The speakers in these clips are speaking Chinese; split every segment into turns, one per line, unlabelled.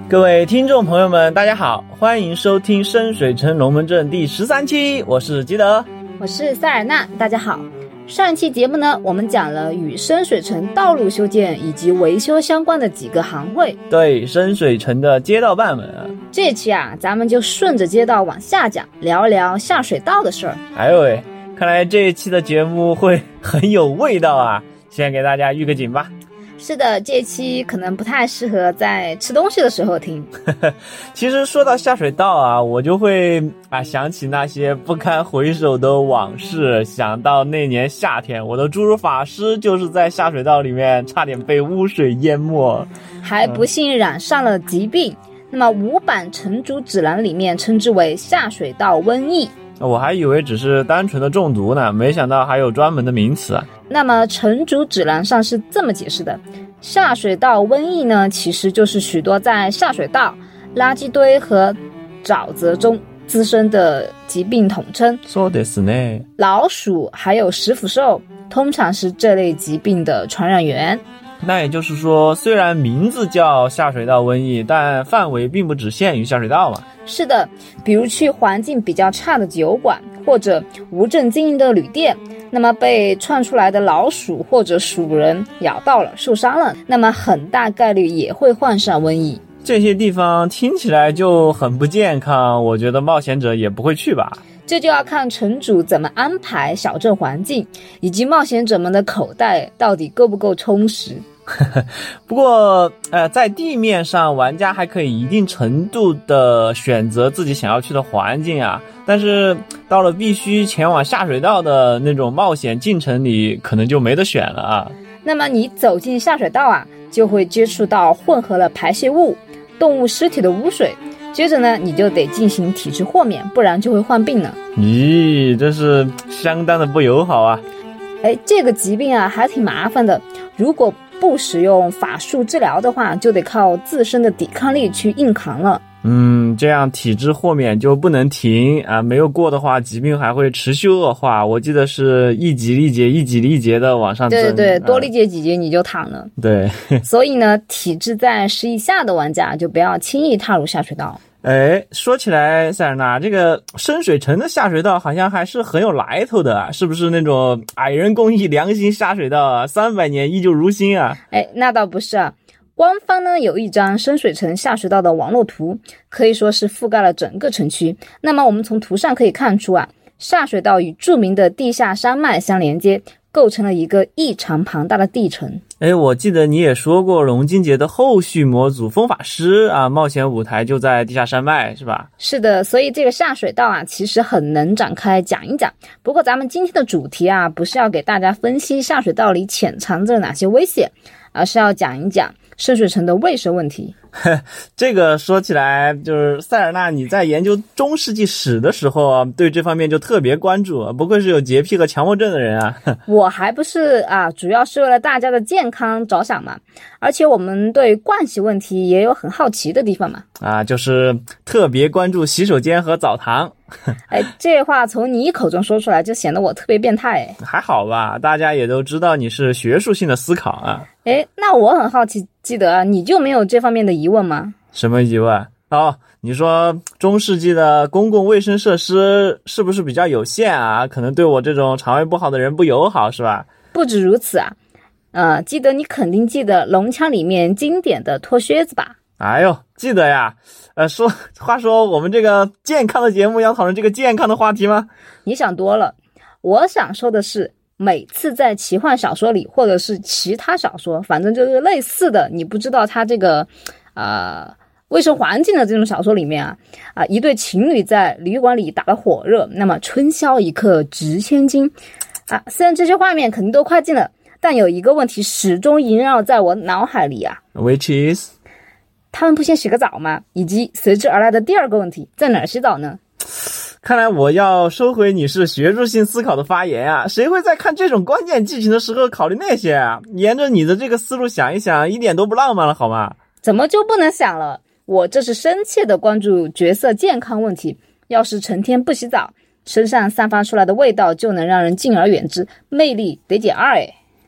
各位听众朋友们大家好，欢迎收听深水城龙门阵第13期，我是基德，
我是塞尔纳，大家好。上一期节目呢，我们讲了与深水城道路修建以及维修相关的几个行会，
对深水城的街道办们啊。
这期啊，咱们就顺着街道往下讲，聊一聊下水道的事儿。
哎呦喂，看来这一期的节目会很有味道啊，先给大家预个警吧。
是的，这期可能不太适合在吃东西的时候听。
其实说到下水道啊，我就会想起那些不堪回首的往事，想到那年夏天，我的侏儒法师就是在下水道里面差点被污水淹没，
还不幸染上了疾病。那么五版城主指南里面称之为下水道瘟疫。
我还以为只是单纯的中毒呢，没想到还有专门的名词啊。
那么城主指南上是这么解释的，下水道瘟疫呢，其实就是许多在下水道、垃圾堆和沼泽中滋生的疾病统称。
そうですね。
老鼠还有食腐兽通常是这类疾病的传染源。
那也就是说，虽然名字叫下水道瘟疫，但范围并不只限于下水道嘛。
是的，比如去环境比较差的酒馆或者无证经营的旅店，那么被窜出来的老鼠或者鼠人咬到了，受伤了，那么很大概率也会患上瘟疫。
这些地方听起来就很不健康，我觉得冒险者也不会去吧。
这就要看城主怎么安排小镇环境，以及冒险者们的口袋到底够不够充实。
不过在地面上玩家还可以一定程度的选择自己想要去的环境啊，但是到了必须前往下水道的那种冒险进程里，可能就没得选了啊。
那么你走进下水道啊，就会接触到混合了排泄物、动物尸体的污水，接着呢，你就得进行体质豁免，不然就会患病呢。
咦，这是相当的不友好啊。
这个疾病啊还挺麻烦的，如果不使用法术治疗的话，就得靠自身的抵抗力去硬扛了。
这样体质豁免就不能停啊！没有过的话，疾病还会持续恶化。我记得是一级力竭一级力竭的往上增。
对，多力竭几级你就躺了。
对，
所以呢，体质在10以下的玩家就不要轻易踏入下水道。
说起来，塞尔纳，这个深水城的下水道好像还是很有来头的啊，是不是那种矮人公益良心下水道啊？300年依旧如新啊？
那倒不是啊。官方呢有一张深水城下水道的网络图，可以说是覆盖了整个城区。那么我们从图上可以看出啊，下水道与著名的地下山脉相连接，构成了一个异常庞大的地层。
我记得你也说过龙金节的后续模组风法师啊，冒险舞台就在地下山脉是吧？
是的，所以这个下水道啊其实很能展开讲一讲。不过咱们今天的主题啊不是要给大家分析下水道里潜藏着哪些危险，而是要讲一讲深水城的卫生问题。
这个说起来，就是塞尔纳你在研究中世纪史的时候啊，对这方面就特别关注，不愧是有洁癖和强迫症的人啊。
我还不是主要是为了大家的健康着想嘛，而且我们对盥洗问题也有很好奇的地方嘛。
就是特别关注洗手间和澡堂。
这话从你口中说出来就显得我特别变态。
还好吧，大家也都知道你是学术性的思考啊。
那我很好奇，记得你就没有这方面的疑问吗？
什么疑问？你说中世纪的公共卫生设施是不是比较有限啊？可能对我这种肠胃不好的人不友好是吧？
不止如此啊，记得你肯定记得龙枪里面经典的脱靴子吧？
记得呀。话说我们这个健康的节目要讨论这个健康的话题吗？
你想多了，我想说的是，每次在奇幻小说里或者是其他小说，反正就是类似的，你不知道它这个卫生环境的这种小说里面一对情侣在旅馆里打得火热，那么春宵一刻值千金虽然这些画面肯定都快进了，但有一个问题始终萦绕在我脑海里
which is
他们不先洗个澡吗？以及随之而来的第二个问题，在哪儿洗澡呢？
看来我要收回你是学术性思考的发言啊！谁会在看这种关键剧情的时候考虑那些啊？沿着你的这个思路想一想，一点都不浪漫了好吗？
怎么就不能想了？我这是深切的关注角色健康问题，要是成天不洗澡，身上散发出来的味道就能让人敬而远之，魅力得减2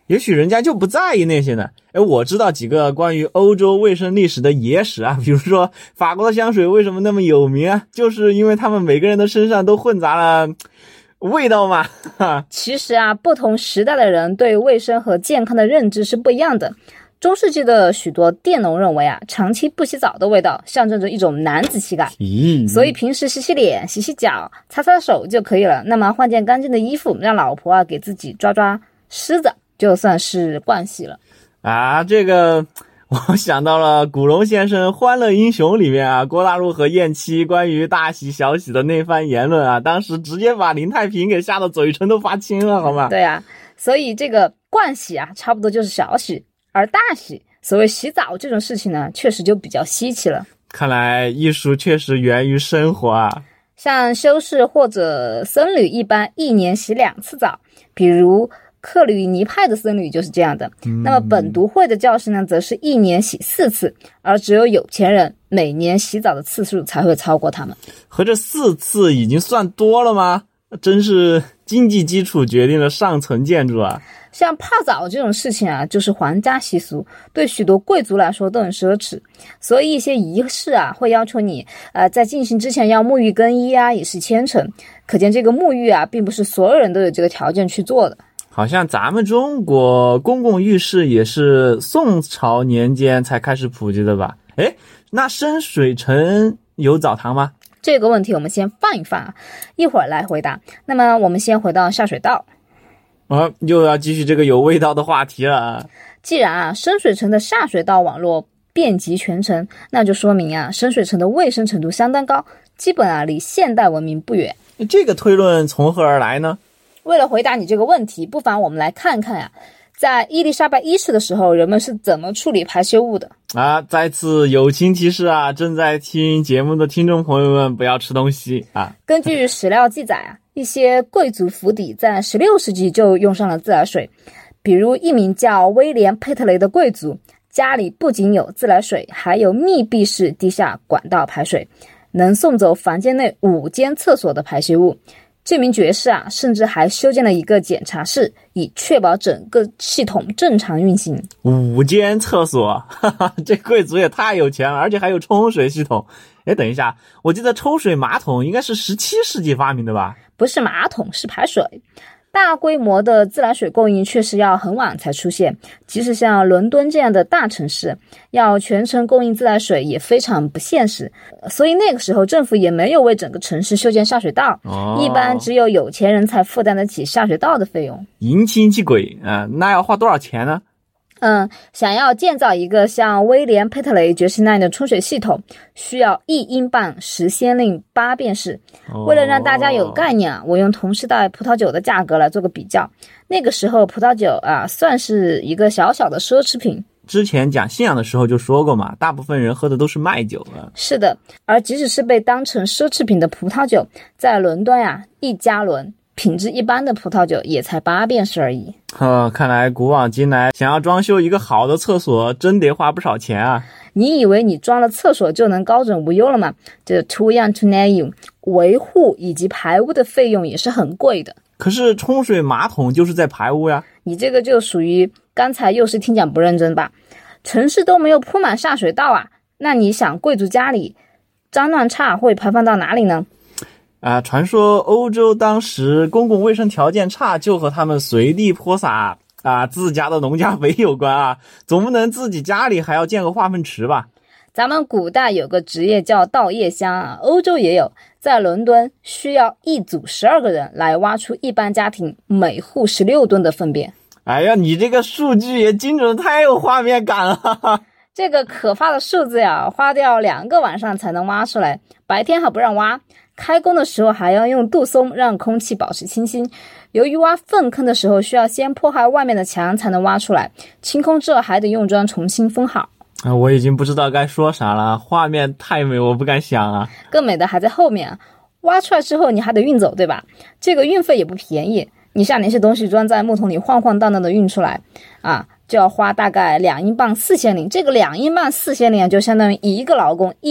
也许人家就不在意那些呢。我知道几个关于欧洲卫生历史的野史啊，比如说法国的香水为什么那么有名啊，就是因为他们每个人的身上都混杂了味道嘛。
其实啊，不同时代的人对卫生和健康的认知是不一样的。中世纪的许多佃农认为啊，长期不洗澡的味道象征着一种男子气概，所以平时洗洗脸、洗洗脚、擦擦手就可以了。那么换件干净的衣服，让老婆啊给自己抓抓虱子，就算是盥洗了。
这个我想到了古龙先生《欢乐英雄》里面啊，郭大陆和燕妻关于大喜小喜的那番言论啊，当时直接把林太平给吓得嘴唇都发青了，好吗？
对啊，所以这个盥洗啊，差不多就是小洗，而大洗，所谓洗澡这种事情呢，确实就比较稀奇了。
看来艺术确实源于生活啊。
像修士或者僧侣一般一年洗2次澡，比如克吕尼派的僧侣就是这样的。那么本笃会的教士呢，则是一年洗4次，而只有有钱人每年洗澡的次数才会超过他们。
和这4次已经算多了吗？真是经济基础决定了上层建筑啊。
像泡澡这种事情啊，就是皇家习俗，对许多贵族来说都很奢侈，所以一些仪式啊会要求你在进行之前要沐浴更衣啊，以示虔诚。可见这个沐浴啊，并不是所有人都有这个条件去做的。
好像咱们中国公共浴室也是宋朝年间才开始普及的吧？那深水城有澡堂吗？
这个问题我们先放一放啊，一会儿来回答。那么我们先回到下水道。
又要继续这个有味道的话题了。
既然啊深水城的下水道网络遍及全城，那就说明啊深水城的卫生程度相当高，基本啊离现代文明不远。
这个推论从何而来呢？
为了回答你这个问题，不妨我们来看看呀，在伊丽莎白一世的时候，人们是怎么处理排泄物的
再次友情提示啊，正在听节目的听众朋友们不要吃东西啊。
根据史料记载啊，一些贵族府邸在16世纪就用上了自来水，比如一名叫威廉·佩特雷的贵族，家里不仅有自来水，还有密闭式地下管道排水，能送走房间内5间厕所的排泄物。这名爵士啊，甚至还修建了一个检查室，以确保整个系统正常运行。
5间厕所，这贵族也太有钱了，而且还有冲水系统。等一下，我记得抽水马桶应该是17世纪发明的吧？
不是马桶，是排水。大规模的自来水供应确实要很晚才出现，即使像伦敦这样的大城市，要全城供应自来水也非常不现实，所以那个时候政府也没有为整个城市修建下水道，一般只有有钱人才负担得起下水道的费用。
迎亲戚鬼那要花多少钱呢？
想要建造一个像威廉·佩特雷爵士那样的冲水系统，需要1英镑10先令8便士。为了让大家有概念啊，我用同时代葡萄酒的价格来做个比较。那个时候葡萄酒啊，算是一个小小的奢侈品。
之前讲信仰的时候就说过嘛，大部分人喝的都是麦酒啊。
是的，而即使是被当成奢侈品的葡萄酒，在伦敦啊，1加仑品质一般的葡萄酒也才8便士而已。
看来古往今来，想要装修一个好的厕所，真得花不少钱啊。
你以为你装了厕所就能高枕无忧了吗？这 too young to naive， 维护以及排污的费用也是很贵的。
可是冲水马桶就是在排污呀。
你这个就属于刚才又是听讲不认真吧？城市都没有铺满下水道啊，那你想贵族家里脏乱差会排放到哪里呢？
传说欧洲当时公共卫生条件差，就和他们随地泼洒自家的农家肥有关啊，总不能自己家里还要建个化粪池吧？
咱们古代有个职业叫倒夜香啊，欧洲也有，在伦敦需要一组12个人来挖出一般家庭每户16吨的粪便。
哎呀，你这个数据也精准的太有画面感了。
这个可怕的数字呀，花掉2个晚上才能挖出来，白天还不让挖。开工的时候还要用杜松让空气保持清新。由于挖粪坑的时候需要先破坏外面的墙才能挖出来，清空之后还得用砖重新封好。
我已经不知道该说啥了，画面太美，我不敢想啊。
更美的还在后面啊，挖出来之后你还得运走，对吧？这个运费也不便宜，你像那些东西装在木桶里晃晃荡荡的运出来啊，就要花大概2英镑4先令。这个2英镑4先令就相当于一个劳工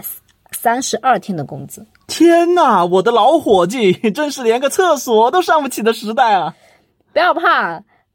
132天的工资。
天哪，我的老伙计，真是连个厕所都上不起的时代啊！
不要怕，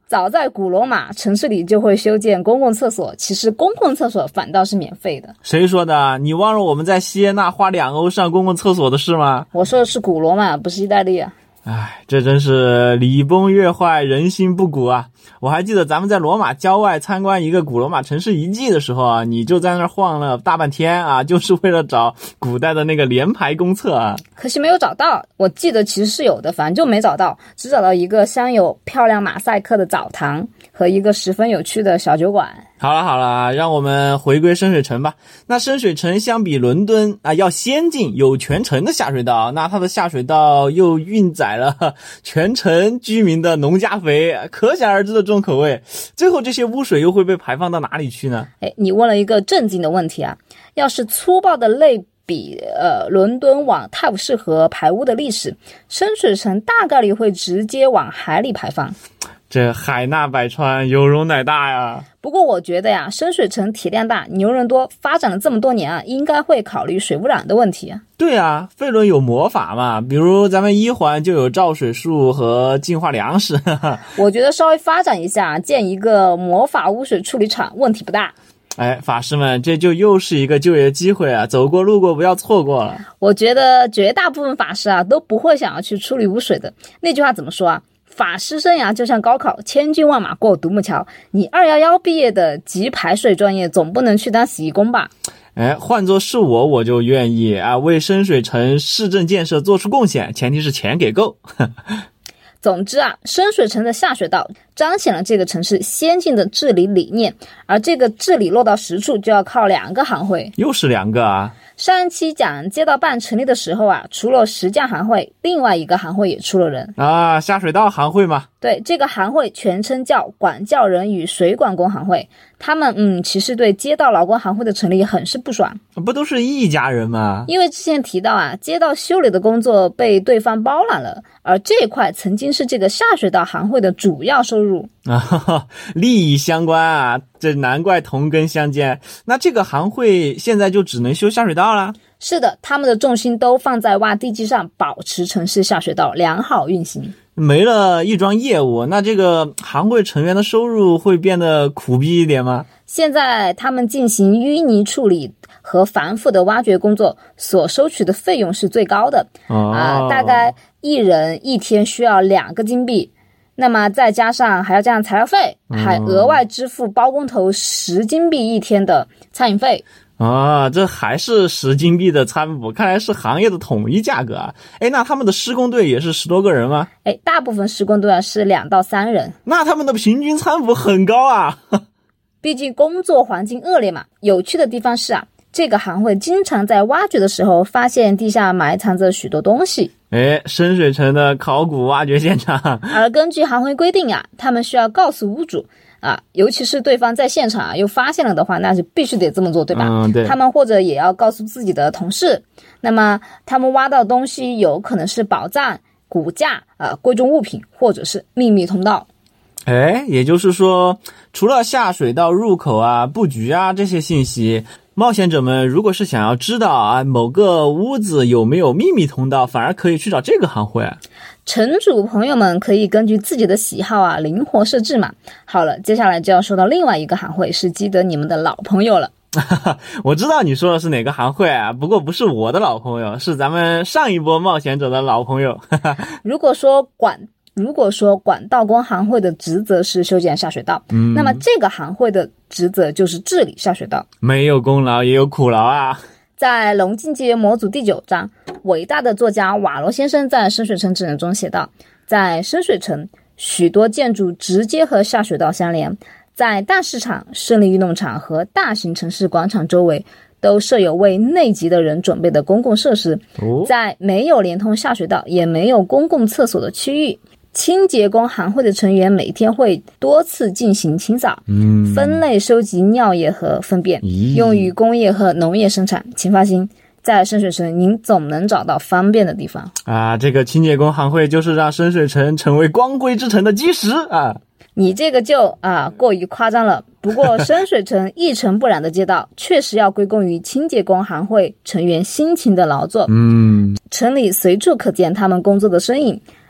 早在古罗马，城市里就会修建公共厕所，其实公共厕所反倒是免费的。
谁说的？你忘了我们在锡耶纳花2欧上公共厕所的事吗？
我说的是古罗马，不是意大利啊。
唉，这真是礼崩乐坏，人心不古啊！我还记得咱们在罗马郊外参观一个古罗马城市遗迹的时候啊，你就在那儿晃了大半天啊，就是为了找古代的那个联排公厕啊。
可惜没有找到，我记得其实是有的，反正就没找到，只找到一个镶有漂亮马赛克的澡堂和一个十分有趣的小酒馆。
好了，让我们回归深水城吧。那深水城相比伦敦啊，要先进，有全城的下水道。那它的下水道又运载了全城居民的农家肥，可想而知的重口味。最后这些污水又会被排放到哪里去呢？
你问了一个正经的问题啊！要是粗暴的类比伦敦往泰晤士河排污的历史，深水城大概率会直接往海里排放。
这海纳百川，有容乃大呀。
不过我觉得呀，深水城体量大，牛人多，发展了这么多年啊，应该会考虑水污染的问题啊。
对啊，费伦有魔法嘛，比如咱们1环就有造水术和净化粮食。
我觉得稍微发展一下，建一个魔法污水处理厂问题不大。
法师们，这就又是一个就业机会啊，走过路过不要错过了。
我觉得绝大部分法师啊都不会想要去处理污水的。那句话怎么说啊？法师生涯就像高考，千军万马过独木桥。你211毕业的级排水专业，总不能去当洗衣工吧？
换作是我就愿意啊，为深水城市政建设做出贡献，前提是钱给够。
总之啊，深水城的下水道彰显了这个城市先进的治理理念，而这个治理落到实处，就要靠2个行会。
又是2个啊！
上一期讲街道办成立的时候啊，除了石匠行会，另外一个行会也出了人
啊，下水道行会嘛。
对，这个行会全称叫管教人与水管工行会。他们其实对街道劳工行会的成立很是不爽。
不都是一家人吗？
因为之前提到啊，街道修理的工作被对方包揽了，而这一块曾经是这个下水道行会的主要收入
啊，利益相关啊，这难怪同根相间。那这个行会现在就只能修下水道了？
是的，他们的重心都放在挖地基上，保持城市下水道良好运行。
没了一桩业务，那这个行会成员的收入会变得苦逼一点吗？
现在他们进行淤泥处理和繁复的挖掘工作，所收取的费用是最高的大概一人一天需要2个金币，那么再加上还要加上材料费，还额外支付包工头10金币一天的餐饮费。
这还是10金币的餐补，看来是行业的统一价格啊。那他们的施工队也是10多个人吗？
大部分施工队是2到3人。
那他们的平均餐补很高啊。
毕竟工作环境恶劣嘛。有趣的地方是啊，这个行会经常在挖掘的时候发现地下埋藏着许多东西。
深水城的考古挖掘现场。
而根据行会规定啊，他们需要告诉屋主尤其是对方在现场又发现了的话，那是必须得这么做，对吧？
对。
他们或者也要告诉自己的同事，那么他们挖到的东西有可能是宝藏、骨架贵重物品，或者是秘密通道。
也就是说，除了下水道入口布局这些信息，冒险者们如果是想要知道某个屋子有没有秘密通道，反而可以去找这个行会。
城主朋友们可以根据自己的喜好灵活设置嘛。好了，接下来就要说到另外一个行会，是基德你们的老朋友了。
我知道你说的是哪个行会不过不是我的老朋友，是咱们上一波冒险者的老朋友。
如果说管道工行会的职责是修建下水道，那么这个行会的职责就是治理下水道。没有功劳也有苦劳啊。在龙境界模组第9章，伟大的作家瓦罗先生在深水城指南中写道，在深水城许多建筑直接和下水道相连，在大市场、胜利运动场和大型城市广场周围都设有为内急的人准备的公共设施。在没有连通下水道也没有公共厕所的区域，清洁工行会的成员每天会多次进行清扫，分类收集尿液和粪便，用于工业和农业生产。请放心，在深水城您总能找到方便的地方
这个清洁工行会就是让深水城成为光辉之城的基石
你这个就过于夸张了。不过深水城一尘不染的街道确实要归功于清洁工行会成员辛勤的劳作。城里随处可见他们工作的身影，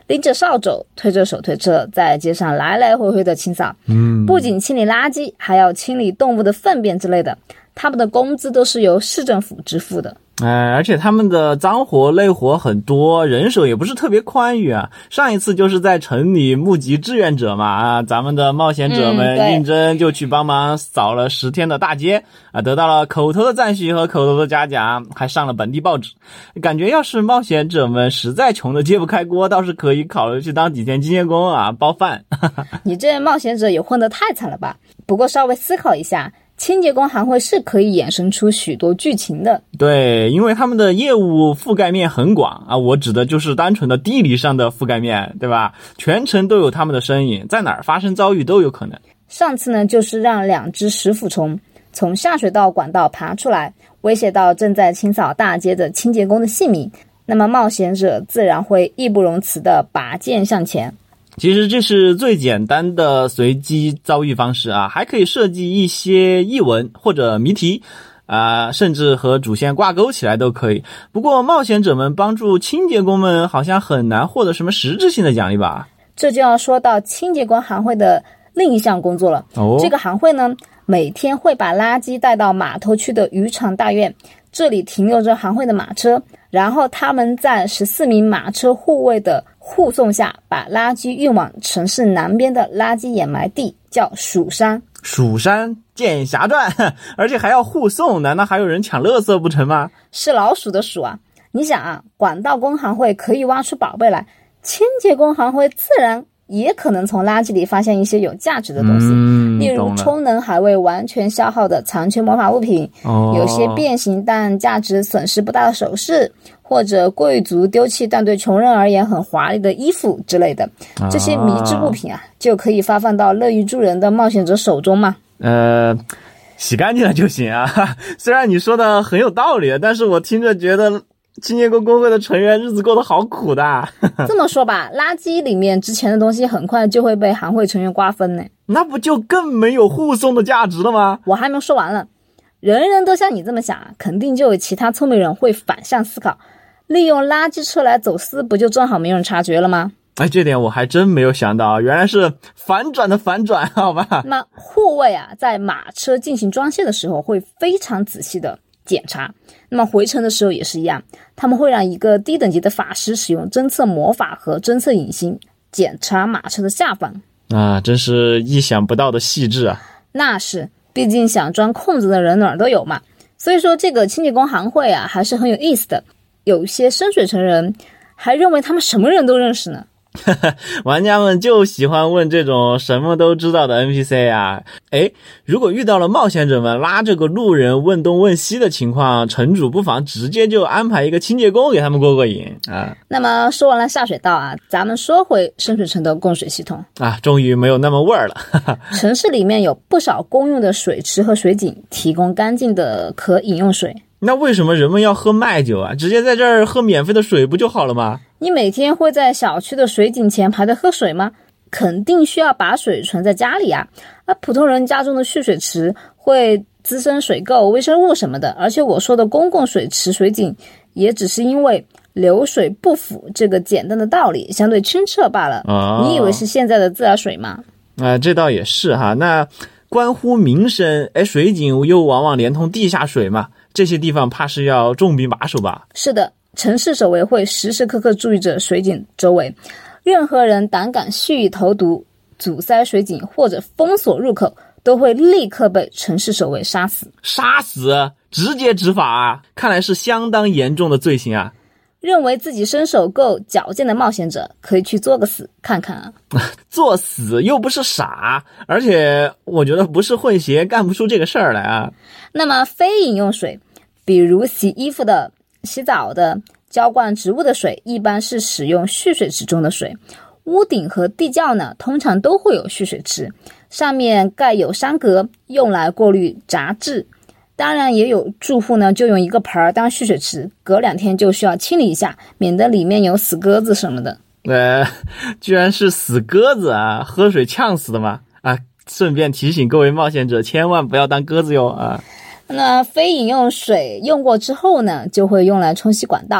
拎着扫帚，推着手推车，在街上来来回回的清扫。不仅清理垃圾，还要清理动物的粪便之类的。他们的工资都是由市政府支付的。
而且他们的脏活累活很多，人手也不是特别宽裕啊。上一次就是在城里募集志愿者嘛，咱们的冒险者们应征就去帮忙扫了10天的大街得到了口头的赞许和口头的嘉奖，还上了本地报纸。感觉要是冒险者们实在穷得揭不开锅，倒是可以考虑去当几天清洁工包饭。
你这冒险者也混得太惨了吧？不过稍微思考一下，清洁工行会是可以衍生出许多剧情的。
对，因为他们的业务覆盖面很广我指的就是单纯的地理上的覆盖面，对吧？全程都有他们的身影，在哪儿发生遭遇都有可能。
上次呢，就是让2只食腐虫从下水道管道爬出来，威胁到正在清扫大街的清洁工的性命，那么冒险者自然会义不容辞地拔剑向前。
其实这是最简单的随机遭遇方式还可以设计一些译文或者谜题甚至和主线挂钩起来都可以。不过冒险者们帮助清洁工们好像很难获得什么实质性的奖励吧？
这就要说到清洁工行会的另一项工作了。这个行会呢，每天会把垃圾带到码头区的渔场大院，这里停留着行会的马车，然后他们在14名马车护卫的护送下，把垃圾运往城市南边的垃圾掩埋地，叫蜀山。
蜀山剑侠传，而且还要护送，难道还有人抢垃圾不成吗？
是老鼠的鼠啊！你想管道工行会可以挖出宝贝来，清洁工行会自然也可能从垃圾里发现一些有价值的东西，例如充能还未完全消耗的残缺魔法物品，有些变形但价值损失不大的首饰，或者贵族丢弃但对穷人而言很华丽的衣服之类的。这些迷之物品就可以发放到乐于助人的冒险者手中嘛。
洗干净了就行虽然你说的很有道理，但是我听着觉得清洁工工会的成员日子过得好苦的。
这么说吧，垃圾里面值钱的东西很快就会被行会成员瓜分呢。
那不就更没有护送的价值了吗？
我还没说完了，人人都像你这么想肯定就有其他聪明人会反向思考，利用垃圾车来走私，不就正好没人察觉了吗？
这点我还真没有想到，原来是反转的反转，好吧。
那么护卫在马车进行装卸的时候会非常仔细的检查，那么回程的时候也是一样，他们会让一个低等级的法师使用侦测魔法和侦测隐形检查马车的下方
真是意想不到的细致啊。
那是，毕竟想钻空子的人哪儿都有嘛。所以说这个清洁工行会还是很有意思的，有些深水城人还认为他们什么人都认识呢。
玩家们就喜欢问这种什么都知道的 NPC 如果遇到了冒险者们拉这个路人问东问西的情况，城主不妨直接就安排一个清洁工给他们过过瘾
那么说完了下水道咱们说回深水城的供水系统
终于没有那么味儿了
城市里面有不少公用的水池和水井，提供干净的可饮用水。
那为什么人们要喝麦酒直接在这儿喝免费的水不就好了吗？
你每天会在小区的水井前排队喝水吗？肯定需要把水存在家里普通人家中的蓄水池会滋生水垢、微生物什么的，而且我说的公共水池、水井也只是因为流水不腐这个简单的道理相对清澈罢了你以为是现在的自来水吗？
这倒也是那关乎民生水井又往往连通地下水嘛，这些地方怕是要重兵把守吧？
是的，城市守卫会时时刻刻注意着水井周围，任何人胆敢蓄意投毒、阻塞水井或者封锁入口，都会立刻被城市守卫杀死。
杀死？直接执法看来是相当严重的罪行
认为自己身手够矫健的冒险者可以去做个死看看
作死又不是傻，而且我觉得不是混血干不出这个事儿来
那么非饮用水，比如洗衣服的、洗澡的、浇灌植物的水，一般是使用蓄水池中的水。屋顶和地窖呢，通常都会有蓄水池，上面盖有山格，用来过滤杂质。当然也有住户呢，就用一个盆当蓄水池，隔2天就需要清理一下，免得里面有死鸽子什么的。
居然是死鸽子喝水呛死的吗？顺便提醒各位冒险者，千万不要当鸽子哟那
非饮用水用过之后呢，就会用来冲洗管道。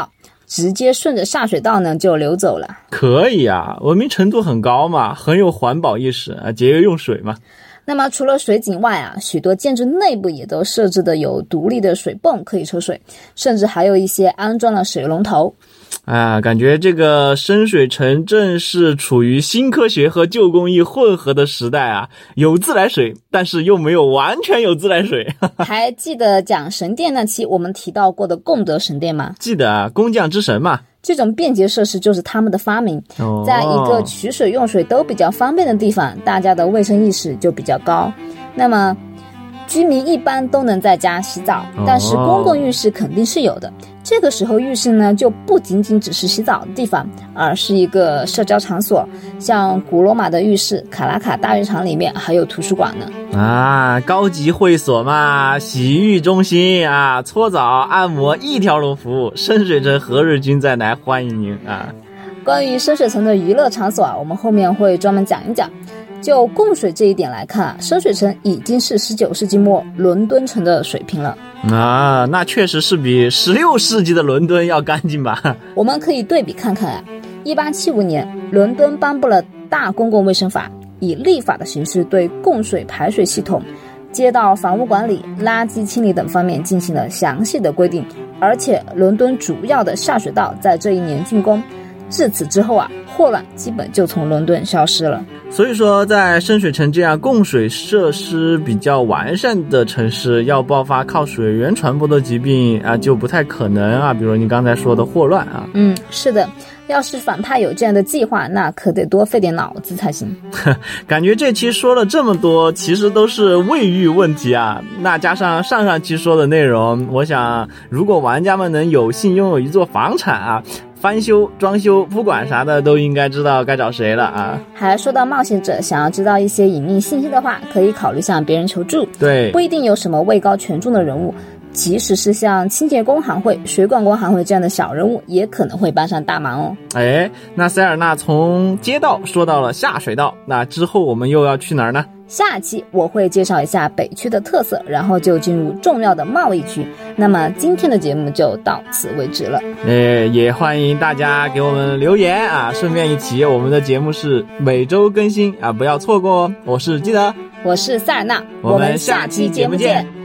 直接顺着下水道呢就流走了。
可以啊，文明程度很高嘛，很有环保意识啊，节约用水嘛。
那么除了水井外啊，许多建筑内部也都设置的有独立的水泵可以抽水，甚至还有一些安装了水龙头。
感觉这个深水城正是处于新科学和旧工艺混合的时代啊，有自来水，但是又没有完全有自来水。
还记得讲神殿那期我们提到过的贡德神殿吗？
记得啊，工匠之神嘛。
这种便捷设施就是他们的发明。在一个取水用水都比较方便的地方，大家的卫生意识就比较高。那么居民一般都能在家洗澡，但是公共浴室肯定是有的。这个时候浴室呢就不仅仅只是洗澡的地方，而是一个社交场所。像古罗马的浴室卡拉卡大浴场里面还有图书馆呢。
高级会所嘛，洗浴中心啊，搓澡按摩一条龙服务，深水城何日君再来欢迎您啊。
关于深水城的娱乐场所啊，我们后面会专门讲一讲。就供水这一点来看啊，深水城已经是19世纪末伦敦城的水平了。
那确实是比16世纪的伦敦要干净吧。
我们可以对比看看啊，1875年伦敦颁布了大公共卫生法，以立法的形式对供水排水系统、街道房屋管理、垃圾清理等方面进行了详细的规定，而且伦敦主要的下水道在这一年竣工。自此之后啊，霍乱基本就从伦敦消失了。
所以说在深水城这样供水设施比较完善的城市，要爆发靠水源传播的疾病啊，就不太可能啊，比如你刚才说的霍乱啊。
是的，要是反派有这样的计划，那可得多费点脑子才行。
感觉这期说了这么多，其实都是卫浴问题啊。那加上上期说的内容，我想如果玩家们能有幸拥有一座房产啊，翻修、装修、不管啥的都应该知道该找谁了啊。
还说到冒险者想要知道一些隐秘信息的话，可以考虑向别人求助。
对，
不一定有什么位高权重的人物，即使是像清洁工行会、水管工行会这样的小人物，也可能会帮上大忙哦。
那塞尔纳从街道说到了下水道，那之后我们又要去哪儿呢？
下期我会介绍一下北区的特色，然后就进入重要的贸易区。那么今天的节目就到此为止了。
也欢迎大家给我们留言啊，顺便一提，我们的节目是每周更新啊，不要错过哦。我是基德，
我是塞尔纳，
我们下期节目见。